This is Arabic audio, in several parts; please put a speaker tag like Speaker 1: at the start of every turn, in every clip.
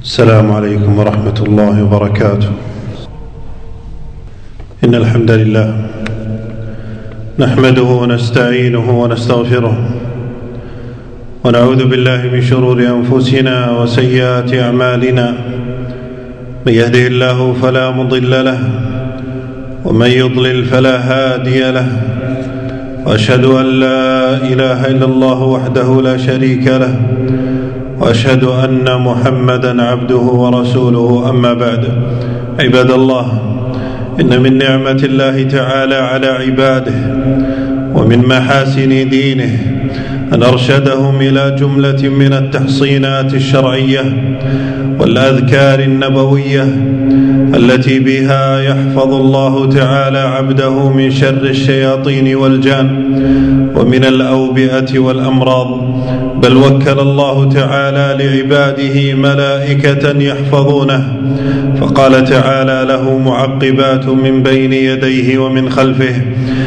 Speaker 1: السلام عليكم ورحمة الله وبركاته. إن الحمد لله نحمده ونستعينه ونستغفره ونعوذ بالله من شرور أنفسنا وسيئات أعمالنا. من يهده الله فلا مضل له ومن يضلل فلا هادي له، وأشهد أن لا إله إلا الله وحده لا شريك له، وأشهد أن محمدًا عبده ورسوله. أما بعد، عباد الله، إن من نعمة الله تعالى على عباده ومن محاسن دينه أن أرشدهم إلى جملة من التحصينات الشرعية والأذكار النبوية التي بها يحفظ الله تعالى عبده من شر الشياطين والجان ومن الأوبئة والأمراض. بل وكل الله تعالى لعباده ملائكة يحفظونه، فقال تعالى له: معقبات من بين يديه ومن خلفه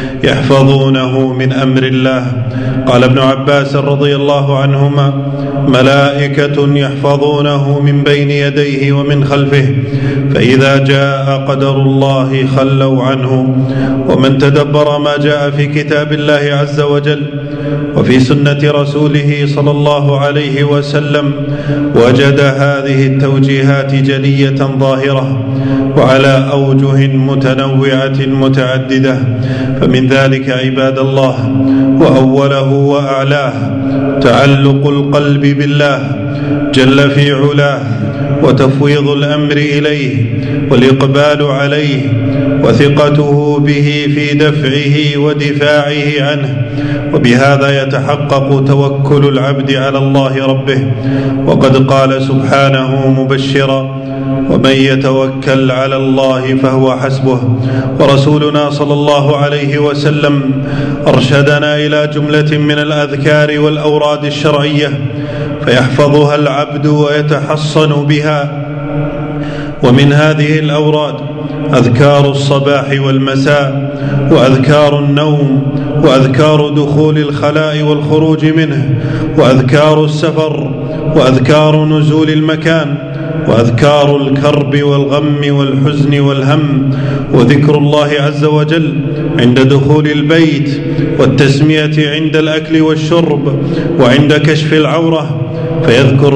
Speaker 1: يحفظونه من أمر الله. قال ابن عباس رضي الله عنهما: ملائكة يحفظونه من بين يديه ومن خلفه، فإذا جاء قدر الله خلوا عنه. ومن تدبر ما جاء في كتاب الله عز وجل وفي سنة رسوله صلى الله عليه وسلم وجد هذه التوجيهات جلية ظاهرة وعلى أوجه متنوعة متعددة. فمن ذلك عباد الله، وأوله وأعلاه، تعلق القلب بالله جل في علاه، وتفويض الأمر إليه والإقبال عليه، وثقته به في دفعه ودفاعه عنه. وبهذا يتحقق توكل العبد على الله ربه. وقد قال سبحانه مبشرا: ومن يتوكل على الله فهو حسبه. ورسولنا صلى الله عليه وسلم أرشدنا إلى جملة من الأذكار والأوراد الشرعية فيحفظها العبد ويتحصن بها. ومن هذه الأوراد أذكار الصباح والمساء، وأذكار النوم، وأذكار دخول الخلاء والخروج منه، وأذكار السفر، وأذكار نزول المكان، وأذكار الكرب والغم والحزن والهم، وذكر الله عز وجل عند دخول البيت، والتسمية عند الأكل والشرب، وعند كشف العورة، فيذكر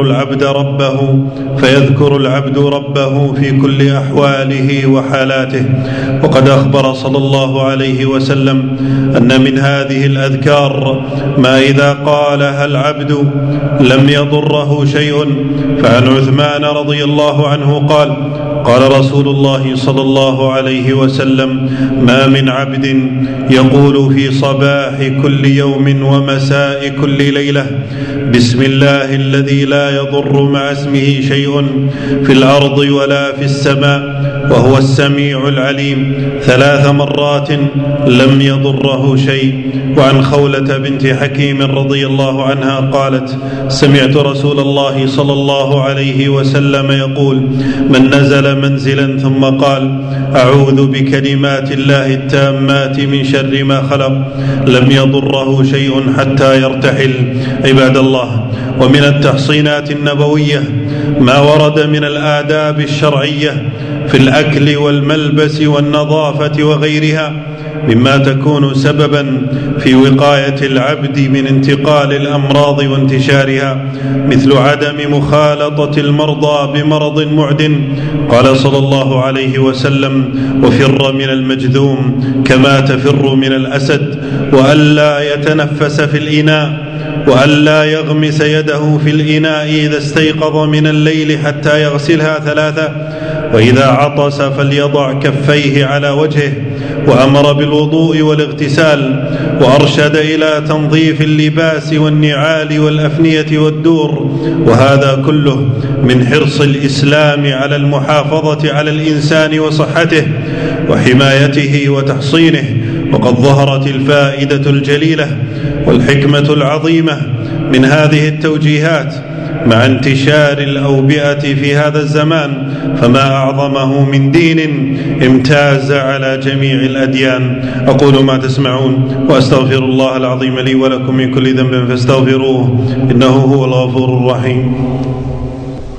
Speaker 1: العبد ربه في كل أحواله وحالاته. وقد أخبر صلى الله عليه وسلم أن من هذه الأذكار ما إذا قالها العبد لم يضره شيء. فعن عثمان رضي الله عنه قال: قال رسول الله صلى الله عليه وسلم: ما من عبد يقول في صباح كل يوم ومساء كل ليلة: بسم الله الذي لا يضر مع اسمه شيء في الأرض ولا في السماء وهو السميع العليم 3 مرات لم يضره شيء. وعن خولة بنت حكيم رضي الله عنها قالت: سمعت رسول الله صلى الله عليه وسلم يقول: من نزل منزلا ثم قال: أعوذ بكلمات الله التامات من شر ما خلق لم يضره شيء حتى يرتحل. عباد الله، ومن التحصينات النبوية ما ورد من الآداب الشرعية في الأكل والملبس والنظافة وغيرها مما تكون سببا في وقاية العبد من انتقال الأمراض وانتشارها، مثل عدم مخالطة المرضى بمرض معد. قال صلى الله عليه وسلم: وفر من المجذوم كما تفر من الأسد، وألا يتنفس في الإناء، وألا يغمس يده في الإناء إذا استيقظ من الليل حتى يغسلها 3، وإذا عطس فليضع كفيه على وجهه. وأمر بالوضوء والاغتسال، وأرشد إلى تنظيف اللباس والنعال والأفنية والدور. وهذا كله من حرص الإسلام على المحافظة على الإنسان وصحته وحمايته وتحصينه. وقد ظهرت الفائدة الجليلة والحكمة العظيمة من هذه التوجيهات مع انتشار الأوبئة في هذا الزمان، فما أعظمه من دين امتاز على جميع الأديان. أقول ما تسمعون، وأستغفر الله العظيم لي ولكم من كل ذنب فاستغفروه إنه هو الغفور الرحيم.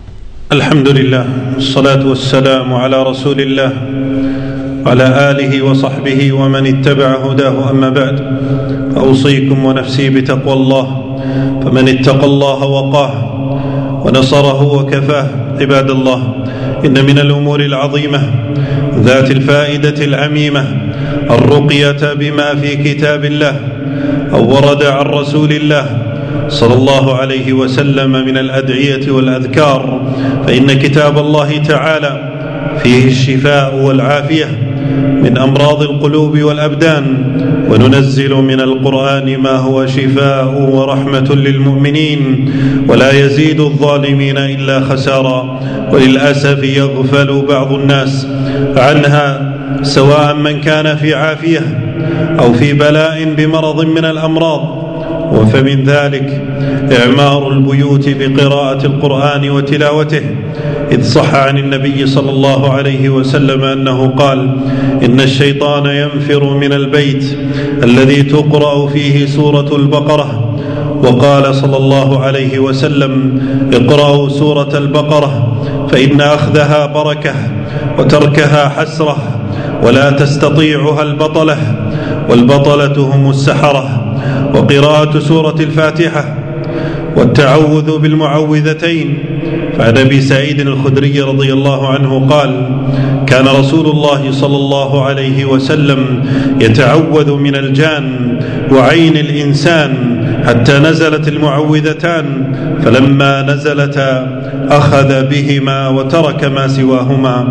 Speaker 1: الحمد لله والصلاة والسلام على رسول الله وعلى آله وصحبه ومن اتبع هداه، أما بعد، أوصيكم ونفسي بتقوى الله، فمن اتقى الله وقاه ونصره وكفاه. عباد الله، إن من الأمور العظيمة ذات الفائدة العميمة الرقية بما في كتاب الله أو ورد عن رسول الله صلى الله عليه وسلم من الأدعية والأذكار، فإن كتاب الله تعالى فيه الشفاء والعافية من أمراض القلوب والأبدان، وننزل من القرآن ما هو شفاء ورحمة للمؤمنين ولا يزيد الظالمين إلا خسارا. وللأسف يغفل بعض الناس عنها، سواء من كان في عافية أو في بلاء بمرض من الأمراض، وفمن ذلك إعمار البيوت بقراءة القرآن وتلاوته، إذ صح عن النبي صلى الله عليه وسلم أنه قال: إن الشيطان ينفر من البيت الذي تقرأ فيه سورة البقرة. وقال صلى الله عليه وسلم: اقرأوا سورة البقرة فإن أخذها بركة وتركها حسرة، ولا تستطيعها البطلة، والبطلة هم السحرة. وقراءة سورة الفاتحة والتعوذ بالمعوذتين. فعن أبي سعيد الخدري رضي الله عنه قال: كان رسول الله صلى الله عليه وسلم يتعوذ من الجان وعين الإنسان حتى نزلت المعوذتان، فلما نزلتا أخذ بهما وترك ما سواهما.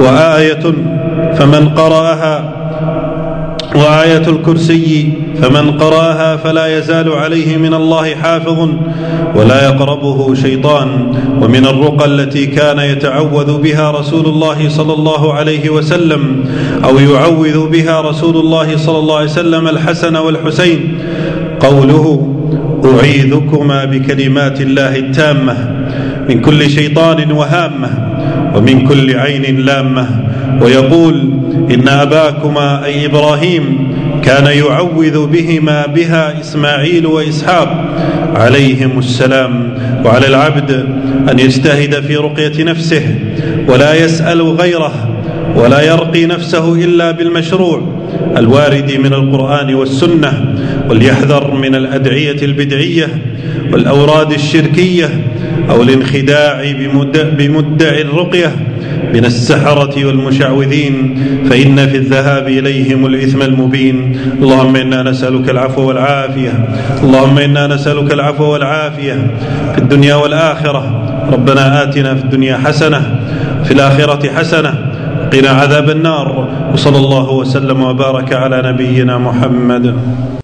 Speaker 1: وآية الكرسي فمن قرأها فلا يزال عليه من الله حافظ ولا يقربه شيطان. ومن الرقى التي كان يتعوذ بها رسول الله صلى الله عليه وسلم أو يعوذ بها رسول الله صلى الله عليه وسلم الحسن والحسين قوله: أعيذكما بكلمات الله التامة من كل شيطان وهامة ومن كل عين لامة. ويقول: إن أباكما أي إبراهيم كان يعوذ بها إسماعيل وإسحاق عليهم السلام. وعلى العبد أن يجتهد في رقية نفسه ولا يسأل غيره ولا يرقي نفسه إلا بالمشروع الوارد من القرآن والسنة، وليحذر من الأدعية البدعية والأوراد الشركية أو الانخداع بمدعي الرقية من السحرة والمشعوذين، فإن في الذهاب إليهم الإثم المبين. اللهم إنا نسألك العفو والعافية، اللهم إنا نسألك العفو والعافية في الدنيا والآخرة. ربنا آتنا في الدنيا حسنة في الآخرة حسنة قنا عذاب النار. وصلى الله وسلم وبارك على نبينا محمد.